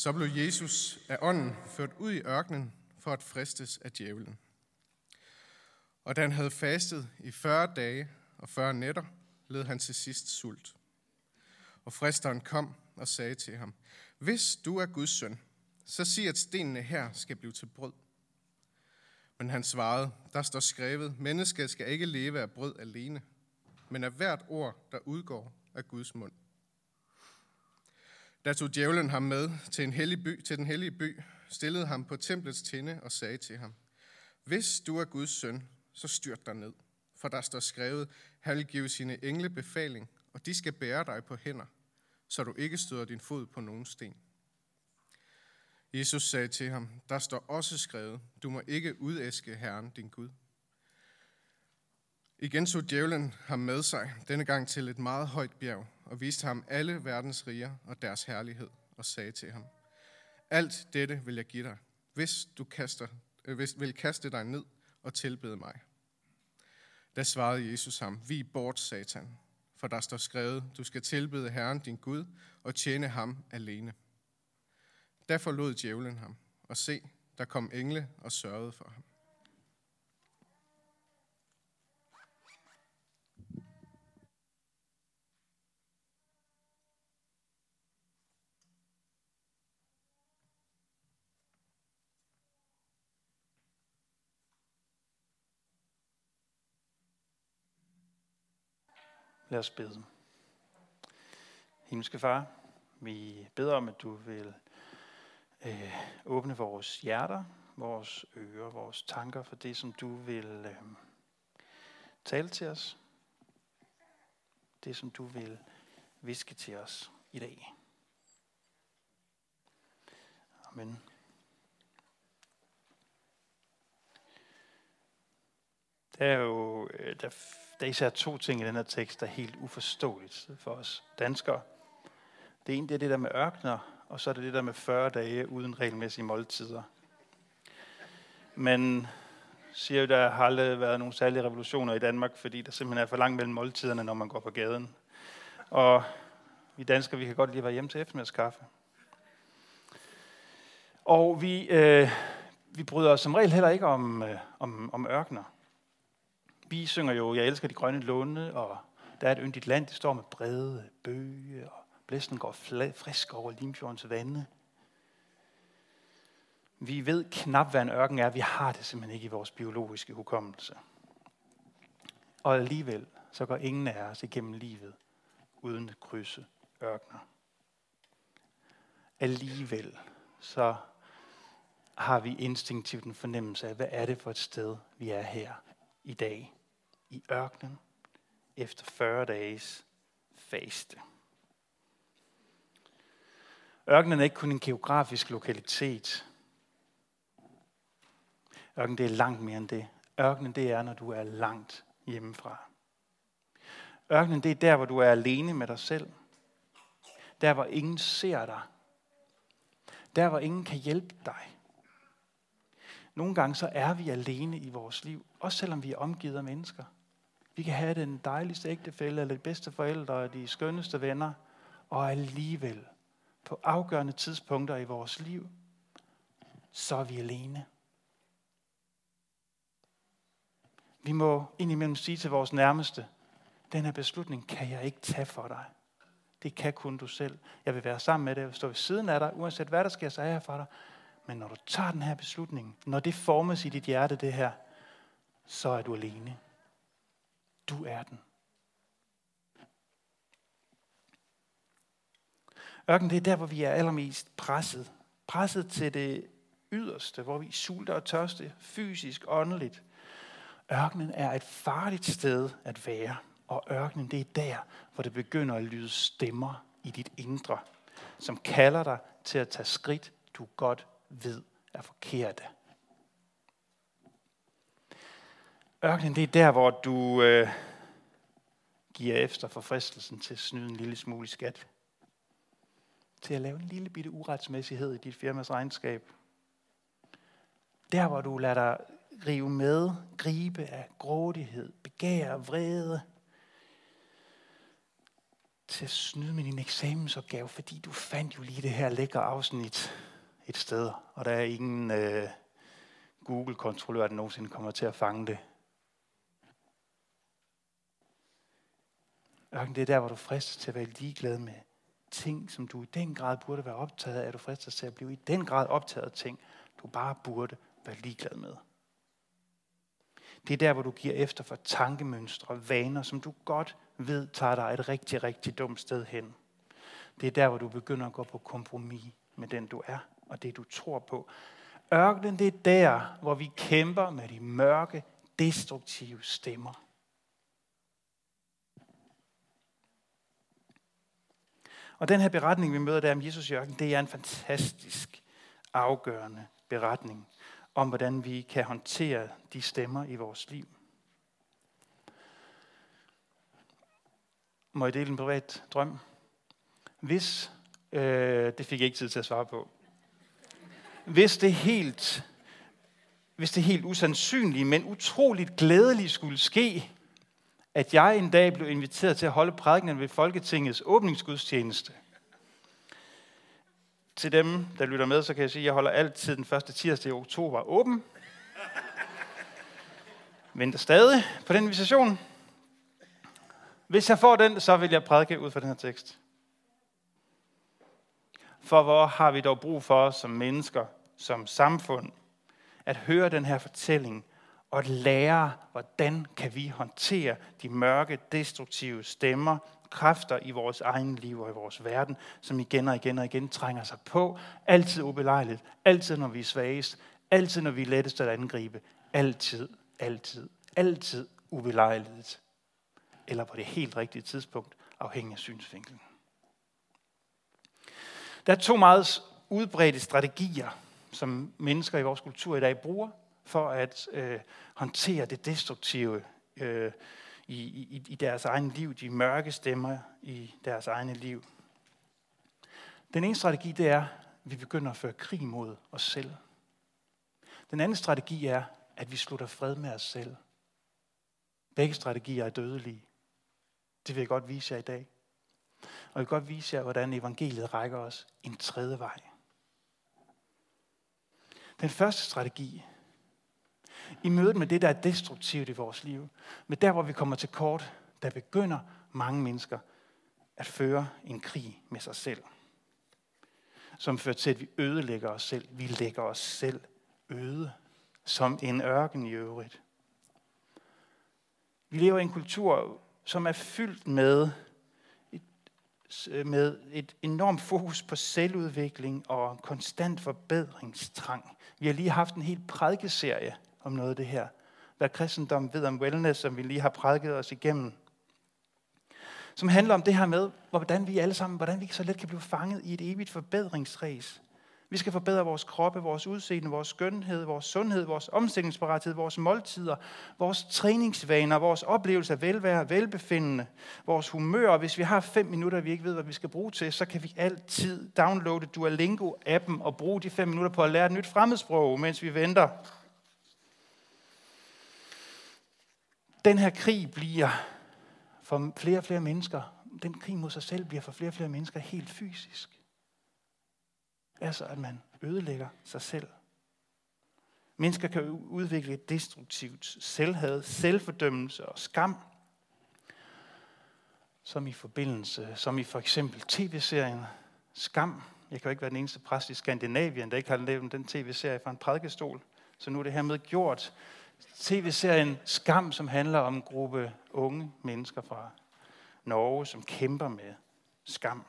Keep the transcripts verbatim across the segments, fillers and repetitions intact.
Så blev Jesus af ånden ført ud i ørkenen for at fristes af djævlen. Og da han havde fastet i fyrre dage og fyrre nætter, led han til sidst sult. Og fristeren kom og sagde til ham, hvis du er Guds søn, så sig, at stenene her skal blive til brød. Men han svarede, der står skrevet, mennesket skal ikke leve af brød alene, men af hvert ord, der udgår af Guds mund. Da tog djævlen ham med til, en hellig by, til den hellige by, stillede ham på templets tinde og sagde til ham, hvis du er Guds søn, så styrt dig ned, for der står skrevet, han vil give sine engle befaling, og de skal bære dig på hænder, så du ikke støder din fod på nogen sten. Jesus sagde til ham, der står også skrevet, du må ikke udæske Herren din Gud. Igen tog djævlen ham med sig, denne gang til et meget højt bjerg, og viste ham alle verdens riger og deres herlighed, og sagde til ham, alt dette vil jeg give dig, hvis du kaster, øh, hvis, vil kaste dig ned og tilbede mig. Da svarede Jesus ham, vig bort, Satan, for der står skrevet, du skal tilbede Herren din Gud og tjene ham alene. Da forlod djævlen ham, og se, der kom engle og sørgede for ham. Lad os bede. Himmelske Far, vi beder om, at du vil øh, åbne vores hjerter, vores ører, vores tanker for det, som du vil øh, tale til os. Det, som du vil viske til os i dag. Amen. Der er jo der, der er især to ting i den her tekst, der er helt uforståeligt for os danskere. Det ene det er det der med ørkener, og så er det det der med fyrre dage uden regelmæssige måltider. Men siger jo, der har aldrig været nogle særlige revolutioner i Danmark, fordi der simpelthen er for langt mellem måltiderne, når man går på gaden. Og vi danskere, vi kan godt lide at være hjemme til eftermiddagskaffe. Og vi, øh, vi bryder os som regel heller ikke om, øh, om, om ørkener. Vi synger jo, jeg elsker de grønne lunde, og der er et yndigt land, det står med brede bøge, og blæsten går frisk over Limfjordens vande. Vi ved knap, hvad en ørken er. Vi har det simpelthen ikke i vores biologiske hukommelse. Og alligevel, så går ingen af os igennem livet uden at krydse ørkener. Alligevel, så har vi instinktivt en fornemmelse af, hvad er det for et sted, vi er her i dag. I ørkenen, efter fyrre dages faste. Ørkenen er ikke kun en geografisk lokalitet. Ørkenen det er langt mere end det. Ørkenen det er, når du er langt hjemmefra. Ørkenen det er der, hvor du er alene med dig selv. Der, hvor ingen ser dig. Der, hvor ingen kan hjælpe dig. Nogle gange så er vi alene i vores liv, også selvom vi er omgivet af mennesker. Vi kan have den dejligste ægtefælle, eller de bedste forældre, og de skønneste venner, og alligevel på afgørende tidspunkter i vores liv, så er vi alene. Vi må indimellem sige til vores nærmeste, den her beslutning kan jeg ikke tage for dig. Det kan kun du selv. Jeg vil være sammen med dig, jeg vil stå ved siden af dig, uanset hvad der sker, så er jeg for dig. Men når du tager den her beslutning, når det formes i dit hjerte, det her, så er du alene. Du er den. Ørken, det er der, hvor vi er allermest presset. Presset til det yderste, hvor vi sulter og tørste, fysisk, åndeligt. Ørkenen er et farligt sted at være, og ørkenen, det er der, hvor det begynder at lyde stemmer i dit indre, som kalder dig til at tage skridt, du godt ved er forkerte. Ørkenen, det er der, hvor du øh, giver efter for fristelsen til at snyde en lille smule skat. Til at lave en lille bitte uretsmæssighed i dit firmas regnskab. Der, hvor du lader dig rive med, gribe af grådighed, begær, vrede. til at snyde med din eksamensopgave, fordi du fandt jo lige det her lækre afsnit et sted, og der er ingen øh, Google-kontrollør, der nogensinde kommer til at fange det. Ørken, det er der, hvor du fristes til at være ligeglad med ting, som du i den grad burde være optaget af. Er du fristes til at blive i den grad optaget af ting, du bare burde være ligeglad med. Det er der, hvor du giver efter for tankemønstre og vaner, som du godt ved tager dig et rigtig, rigtig dumt sted hen. Det er der, hvor du begynder at gå på kompromis med den, du er, og det, du tror på. Ørkenen, det er der, hvor vi kæmper med de mørke, destruktive stemmer. Og den her beretning, vi møder der om Jesus i ørkenen, det er en fantastisk afgørende beretning om, hvordan vi kan håndtere de stemmer i vores liv. Må jeg dele en privat drøm? Hvis, øh, det fik jeg ikke tid til at svare på. Hvis det helt, hvis det helt usandsynlige, men utroligt glædeligt skulle ske, at jeg en dag blev inviteret til at holde prædikenen ved Folketingets åbningsgudstjeneste. Til dem, der lytter med, så kan jeg sige, at jeg holder altid den første tirsdag i oktober åben. Venter stadig på den invitation. Hvis jeg får den, så vil jeg prædike ud fra den her tekst. For hvor har vi dog brug for som mennesker, som samfund, at høre den her fortælling og lære, hvordan kan vi håndtere de mørke, destruktive stemmer, kræfter i vores egen liv og i vores verden, som igen og igen og igen trænger sig på. Altid ubelejligt, altid når vi er svagest, altid når vi er lettest at angribe, altid, altid, altid ubelejligt. Eller på det helt rigtige tidspunkt, afhængig af synsvinklen. Der er to meget udbredte strategier, som mennesker i vores kultur i dag bruger, for at øh, håndtere det destruktive øh, i, i, i deres egen liv, de mørke stemmer i deres egne liv. Den ene strategi, det er, at vi begynder at føre krig mod os selv. Den anden strategi er, at vi slutter fred med os selv. Begge strategier er dødelige. Det vil jeg godt vise jer i dag. Og jeg vil godt vise jer, hvordan evangeliet rækker os en tredje vej. Den første strategi, i mødet med det, der er destruktivt i vores liv, med der, hvor vi kommer til kort, der begynder mange mennesker at føre en krig med sig selv. Som fører til, at vi ødelægger os selv. Vi lægger os selv øde, som en ørken i øvrigt. Vi lever i en kultur, som er fyldt med et, med et enormt fokus på selvudvikling og konstant forbedringstrang. Vi har lige haft en helt prædikeserie om noget af det her. Hvad kristendom ved om wellness, som vi lige har prædiket os igennem. Som handler om det her med, hvordan vi alle sammen, hvordan vi så let kan blive fanget i et evigt forbedringsræs. Vi skal forbedre vores kroppe, vores udseende, vores skønhed, vores sundhed, vores omstillingsparathed, vores måltider, vores træningsvaner, vores oplevelse af velvære, velbefindende, vores humør. Og hvis vi har fem minutter, vi ikke ved, hvad vi skal bruge til, så kan vi altid downloade Duolingo-appen og bruge de fem minutter på at lære et nyt fremmedsprog, mens vi venter. Den her krig bliver for flere og flere mennesker, den krig mod sig selv bliver for flere og flere mennesker helt fysisk. Altså, at man ødelægger sig selv. Mennesker kan udvikle et destruktivt selvhad, selvfordømmelse og skam, som i forbindelse, som i for eksempel tv-serien Skam. Jeg kan jo ikke være den eneste præst i Skandinavien, der ikke har lavet den tv-serie fra en prædikestol, så nu er det hermed gjort. tv-serien Skam, som handler om en gruppe unge mennesker fra Norge, som kæmper med skam.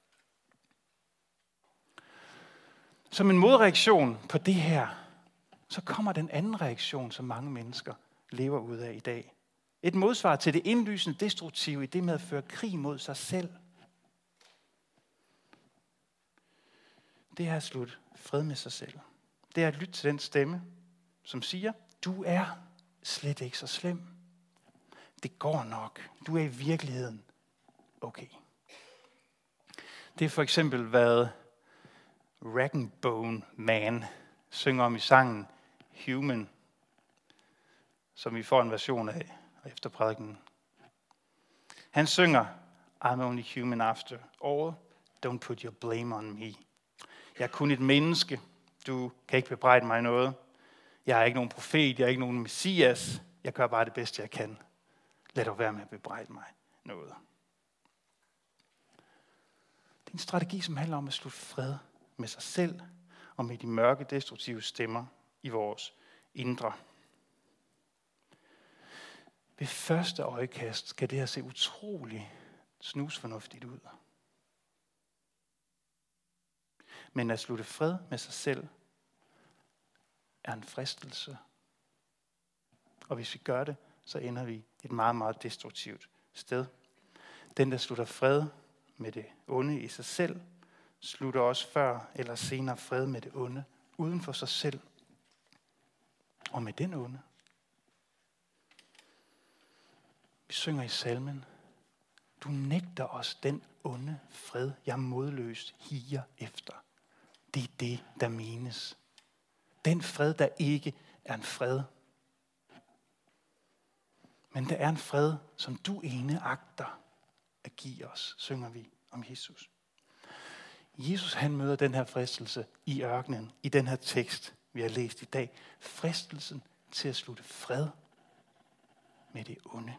Som en modreaktion på det her, så kommer den anden reaktion, som mange mennesker lever ud af i dag. Et modsvar til det indlysende destruktive i det med at føre krig mod sig selv. Det er at slutte fred med sig selv. Det er at lytte til den stemme, som siger, du er slet ikke så slem. Det går nok. Du er i virkeligheden okay. Det er for eksempel, hvad Rag'n'Bone Man synger om i sangen Human, som vi får en version af efter prædikenen. Han synger, I'm only human after all. Don't put your blame on me. Jeg er kun et menneske. Du kan ikke bebrejde mig noget. Jeg er ikke nogen profet. Jeg er ikke nogen messias. Jeg gør bare det bedste, jeg kan. Lad dog være med at bebrejde mig noget. Det er en strategi, som handler om at slutte fred med sig selv og med de mørke, destruktive stemmer i vores indre. Ved første øjekast kan det her se utrolig snusfornuftigt ud. Men at slutte fred med sig selv er en fristelse. Og hvis vi gør det, så ender vi et meget, meget destruktivt sted. Den, der slutter fred med det onde i sig selv, slutter også før eller senere fred med det onde uden for sig selv. Og med den onde. Vi synger i salmen: Du nægter os den onde fred, jeg modløst higer efter. Det er det, der menes. Den fred, der ikke er en fred. Men der er en fred, som du ene agter at give os, synger vi om Jesus. Jesus, han møder den her fristelse i ørkenen, i den her tekst, vi har læst i dag. Fristelsen til at slutte fred med det onde.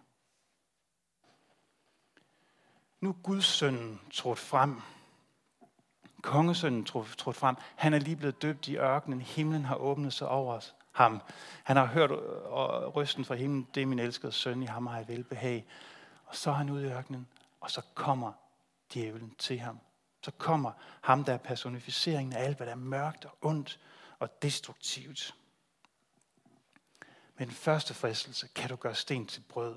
Nu er Guds sønnen trådt frem. Kongesønnen trådt frem. Han er lige blevet døbt i ørkenen. Himlen har åbnet sig over os. Ham. Han har hørt røsten fra himlen. Det er min elskede søn, i ham har jeg velbehag. Og så er han ude i ørkenen, og så kommer djævlen til ham. Så kommer ham, der er personificeringen af alt, hvad der er mørkt og ondt og destruktivt. Med den første fristelse kan du gøre sten til brød.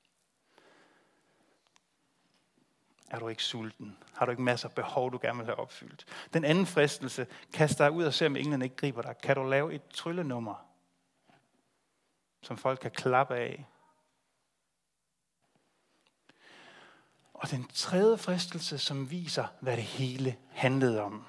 Er du ikke sulten? Har du ikke masser af behov, du gerne vil have opfyldt? Den anden fristelse, kast dig ud og se, om englene ikke griber dig. Kan du lave et tryllenummer, som folk kan klappe af? Og den tredje fristelse, som viser, hvad det hele handlede om.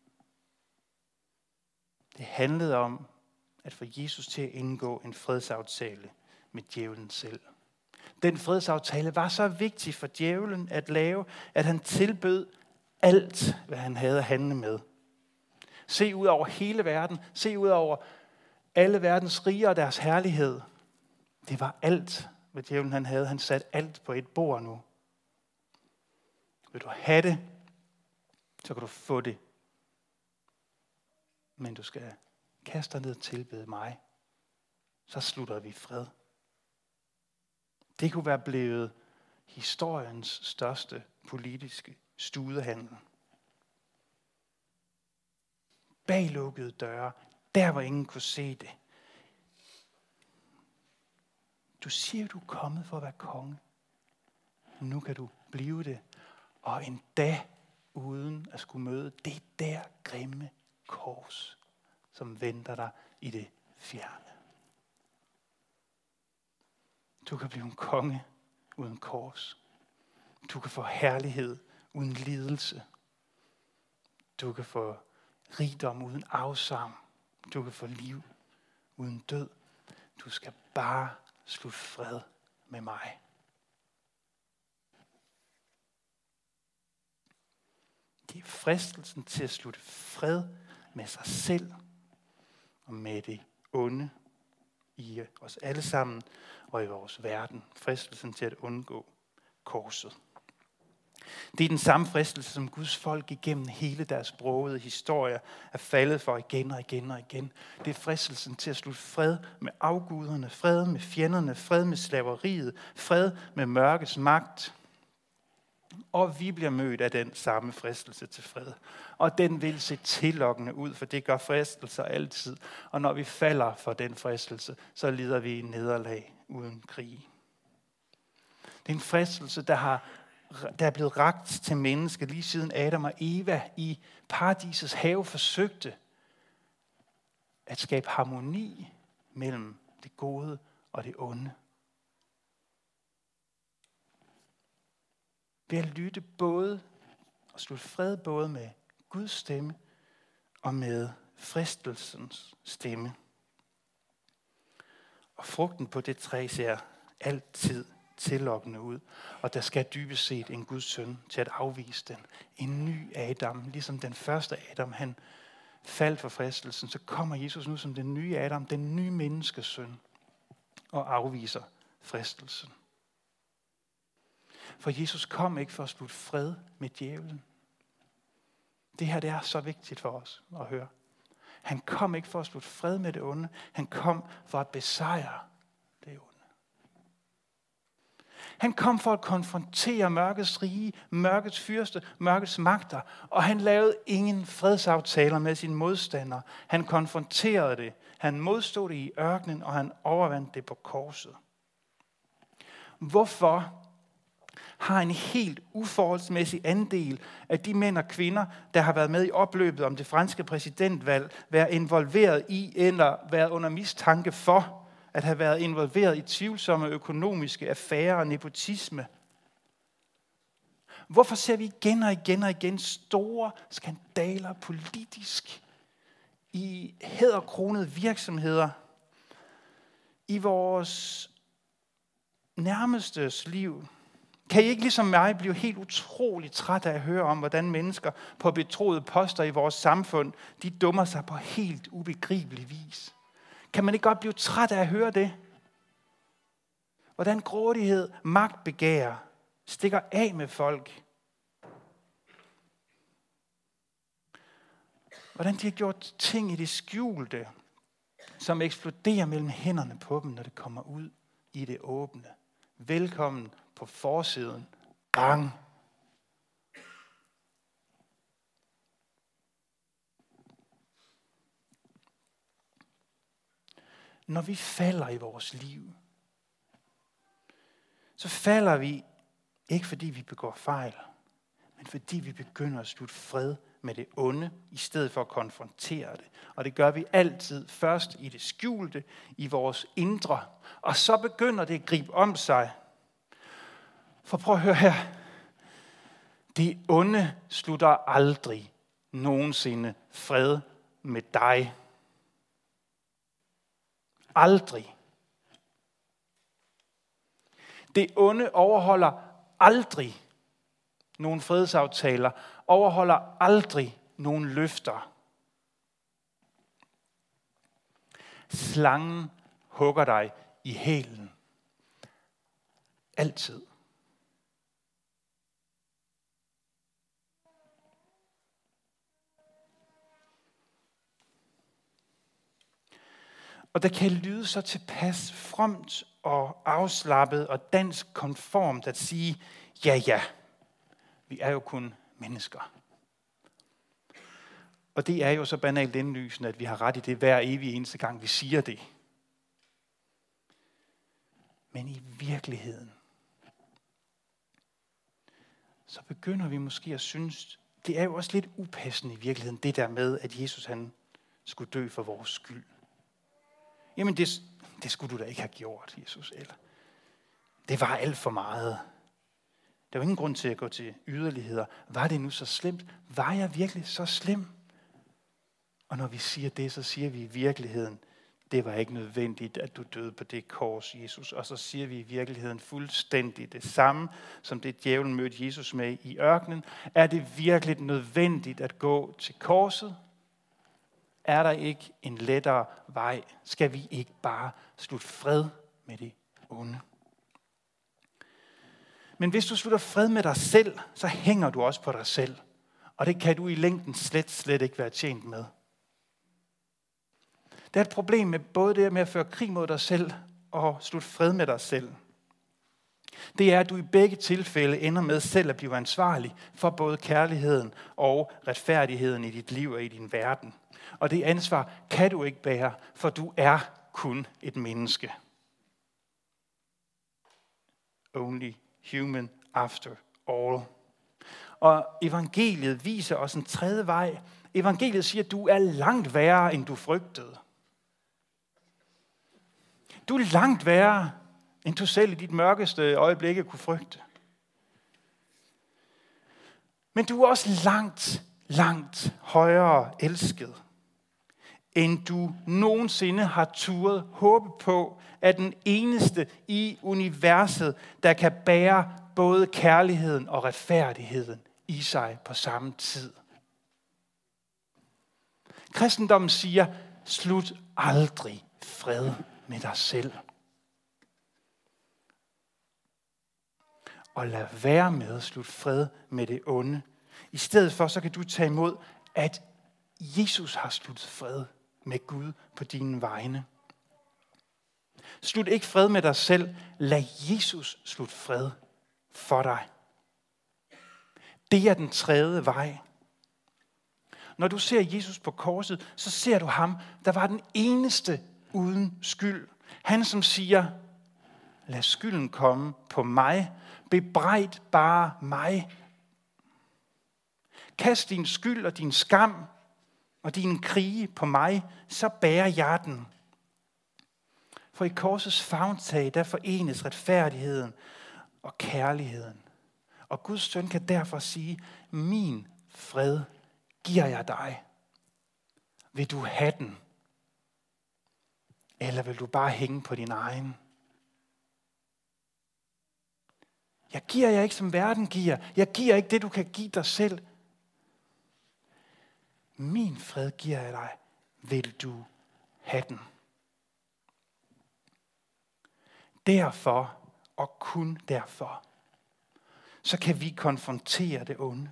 Det handlede om at få Jesus til at indgå en fredsaftale med djævlen selv. Den fredsaftale var så vigtig for djævlen at lave, at han tilbød alt, hvad han havde at handle med. Se ud over hele verden. Se ud over alle verdens riger og deres herlighed. Det var alt, hvad djævlen han havde. Han satte alt på et bord nu. Vil du have det, så kan du få det. Men du skal kaste dig ned og tilbede mig. Så slutter vi fred. Det kunne være blevet historiens største politiske studehandel. Bag lukkede døre, der hvor ingen kunne se det. Du siger, du er kommet for at være konge. Nu kan du blive det. Og endda uden at skulle møde det der grimme kors, som venter dig i det fjerne. Du kan blive en konge uden kors. Du kan få herlighed uden lidelse. Du kan få rigdom uden afsavn. Du kan få liv uden død. Du skal bare slutte fred med mig. Det er fristelsen til at slutte fred med sig selv og med det onde i os alle sammen og i vores verden. Fristelsen til at undgå korset. Det er den samme fristelse, som Guds folk igennem hele deres brogede historie er faldet for igen og igen og igen. Det er fristelsen til at slutte fred med afguderne, fred med fjenderne, fred med slaveriet, fred med mørkets magt. Og vi bliver mødt af den samme fristelse til fred. Og den vil se tillokkende ud, for det gør fristelser altid. Og når vi falder for den fristelse, så lider vi i nederlag uden krig. Det er en fristelse, der, har, der er blevet rakt til mennesker lige siden Adam og Eva i paradisets have forsøgte at skabe harmoni mellem det gode og det onde. Ved at lytte både og slutte fred både med Guds stemme og med fristelsens stemme. Og frugten på det træ ser altid tillokkende ud. Og der skal dybest set en Guds søn til at afvise den. En ny Adam, ligesom den første Adam, han faldt for fristelsen, så kommer Jesus nu som den nye Adam, den nye menneskesøn, og afviser fristelsen. For Jesus kom ikke for at slutte fred med djævlen. Det her det er så vigtigt for os at høre. Han kom ikke for at slutte fred med det onde. Han kom for at besejre det onde. Han kom for at konfrontere mørkets rige, mørkets fyrste, mørkets magter, og han lavede ingen fredsaftaler med sine modstandere. Han konfronterede det. Han modstod det i ørkenen, og han overvandt det på korset. Hvorfor har en helt uforholdsmæssig andel af de mænd og kvinder, der har været med i opløbet om det franske præsidentvalg, været involveret i eller været under mistanke for at have været involveret i tvivlsomme økonomiske affærer og nepotisme? Hvorfor ser vi igen og igen og igen store skandaler politisk i hæderkronede virksomheder, i vores nærmestes liv? Kan I ikke ligesom mig blive helt utroligt træt af at høre om, hvordan mennesker på betroede poster i vores samfund, de dummer sig på helt ubegribelig vis? Kan man ikke godt blive træt af at høre det? Hvordan grådighed, magtbegær stikker af med folk. Hvordan de har gjort ting i det skjulte, som eksploderer mellem hænderne på dem, når det kommer ud i det åbne. Velkommen på forsiden. Bang! Når vi falder i vores liv, så falder vi ikke fordi vi begår fejl, men fordi vi begynder at slutte fred med det onde, i stedet for at konfrontere det. Og det gør vi altid først i det skjulte, i vores indre. Og så begynder det at gribe om sig. For prøv at høre her. Det onde slutter aldrig nogensinde fred med dig. Aldrig. Det onde overholder aldrig nogen fredsaftaler, overholder aldrig nogen løfter. Slangen hugger dig i hælen. Altid. Og der kan lyde så tilpas fromt og afslappet og dansk konformt at sige, ja ja, vi er jo kun mennesker. Og det er jo så banalt indlysende, at vi har ret i det hver evig eneste gang, vi siger det. Men i virkeligheden, så begynder vi måske at synes, det er jo også lidt upassende i virkeligheden, det der med, at Jesus han skulle dø for vores skyld. Jamen det, det skulle du da ikke have gjort, Jesus. Eller det var alt for meget. Der var ingen grund til at gå til yderligheder. Var det nu så slemt? Var jeg virkelig så slem? Og når vi siger det, så siger vi i virkeligheden, det var ikke nødvendigt, at du døde på det kors, Jesus. Og så siger vi i virkeligheden fuldstændig det samme, som det djævlen mødte Jesus med i ørkenen. Er det virkelig nødvendigt at gå til korset? Er der ikke en lettere vej? Skal vi ikke bare slutte fred med det onde? Men hvis du slutter fred med dig selv, så hænger du også på dig selv. Og det kan du i længden slet, slet ikke være tjent med. Der er et problem med både det med at føre krig mod dig selv og slutte fred med dig selv. Det er, at du i begge tilfælde ender med selv at blive ansvarlig for både kærligheden og retfærdigheden i dit liv og i din verden. Og det ansvar kan du ikke bære, for du er kun et menneske. Only human after all. Og evangeliet viser os en tredje vej. Evangeliet siger, at du er langt værre, end du frygtede. Du er langt værre, end du selv i dit mørkeste øjeblikke kunne frygte. Men du er også langt, langt højere elsket. end du nogensinde har turet håbe på, at den eneste i universet, der kan bære både kærligheden og retfærdigheden i sig på samme tid. Kristendommen siger, slut aldrig fred med dig selv. Og lad være med at slutte fred med det onde. I stedet for, så kan du tage imod, at Jesus har sluttet fred med Gud på dine vegne. Slut ikke fred med dig selv. Lad Jesus slutte fred for dig. Det er den tredje vej. Når du ser Jesus på korset, så ser du ham, der var den eneste uden skyld. Han som siger, lad skylden komme på mig. Bebrejd bare mig. Kast din skyld og din skam og dine krige på mig, så bærer jeg den. For i korsets favntag, der forenes retfærdigheden og kærligheden. Og Guds søn kan derfor sige, min fred giver jeg dig. Vil du have den? Eller vil du bare hænge på din egen? Jeg giver jer ikke, som verden giver. Jeg giver ikke det, du kan give dig selv. Min fred giver jeg dig. Vil du have den? Derfor, og kun derfor, så kan vi konfrontere det onde.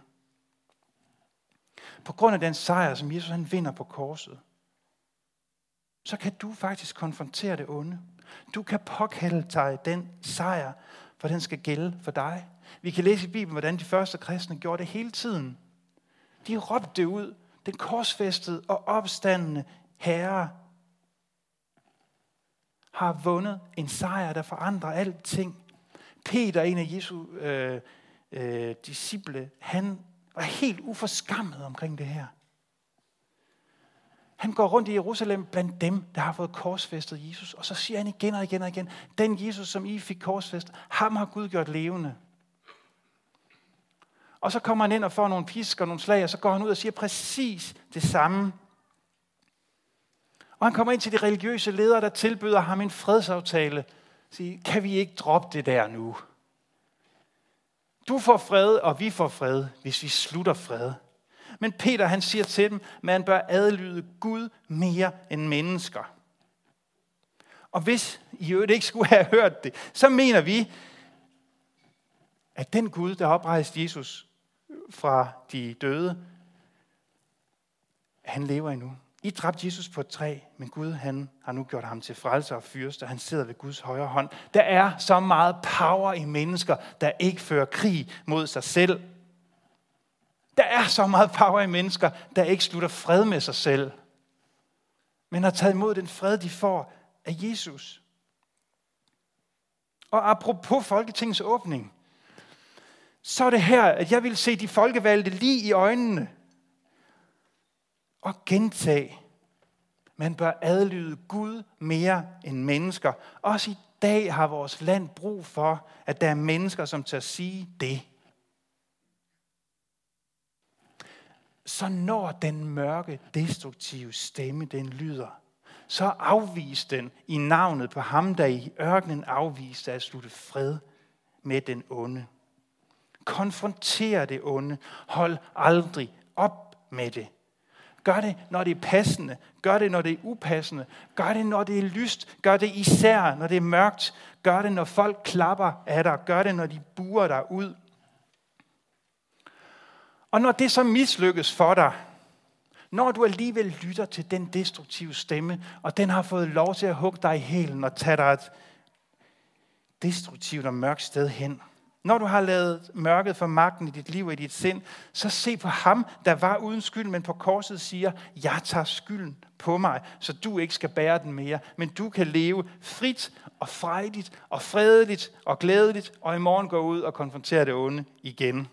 På grund af den sejr, som Jesus han vinder på korset, så kan du faktisk konfrontere det onde. Du kan påkalde dig den sejr, for den skal gælde for dig. Vi kan læse i Bibelen, hvordan de første kristne gjorde det hele tiden. De råbte det ud, den korsfæstede og opstandende Herre har vundet en sejr, der forandrer alting. Peter, en af Jesu øh, øh, disciple, han var helt uforskammet omkring det her. Han går rundt i Jerusalem blandt dem, der har fået korsfæstet Jesus. Og så siger han igen og igen og igen, den Jesus, som I fik korsfæstet, ham har Gud gjort levende. Og så kommer han ind og får nogle pisk og nogle slag, og så går han ud og siger præcis det samme. Og han kommer ind til de religiøse ledere, der tilbyder ham en fredsaftale. Siger, kan vi ikke droppe det der nu? Du får fred, og vi får fred, hvis vi slutter fred. Men Peter han siger til dem, at man bør adlyde Gud mere end mennesker. Og hvis I jo ikke skulle have hørt det, så mener vi, at den Gud, der oprejste Jesus fra de døde, han lever endnu. I dræbte Jesus på et træ, men Gud han har nu gjort ham til frelser og fyrste, og han sidder ved Guds højre hånd. Der er så meget power i mennesker, der ikke fører krig mod sig selv. Der er så meget power i mennesker, der ikke slutter fred med sig selv, men har taget imod den fred, de får af Jesus. Og apropos Folketingets åbning, så er det her, at jeg vil se de folkevalgte lige i øjnene og gentage, man bør adlyde Gud mere end mennesker. Også i dag har vores land brug for, at der er mennesker, som tør sige det. Så når den mørke, destruktive stemme, den lyder, så afvis den i navnet på ham, der i ørkenen afviste at slutte fred med den onde. Konfronter det onde. Hold aldrig op med det. Gør det, når det er passende. Gør det, når det er upassende. Gør det, når det er lyst. Gør det især, når det er mørkt. Gør det, når folk klapper af dig. Gør det, når de buer dig ud. Og når det så mislykkes for dig, når du alligevel lytter til den destruktive stemme, og den har fået lov til at hugge dig i hælen og tage dig et destruktivt og mørkt sted hen. Når du har lavet mørket for magten i dit liv og i dit sind, så se på ham, der var uden skyld, men på korset siger, jeg tager skylden på mig, så du ikke skal bære den mere, men du kan leve frit og frejdigt og fredeligt og glædeligt, og i morgen gå ud og konfrontere det onde igen.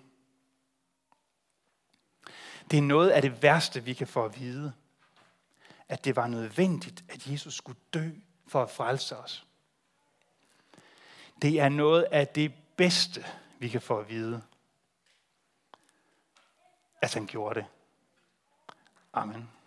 Det er noget af det værste, vi kan få at vide, at det var nødvendigt, at Jesus skulle dø for at frelse os. Det er noget af det bedste, vi kan få at vide, at han gjorde det. Amen.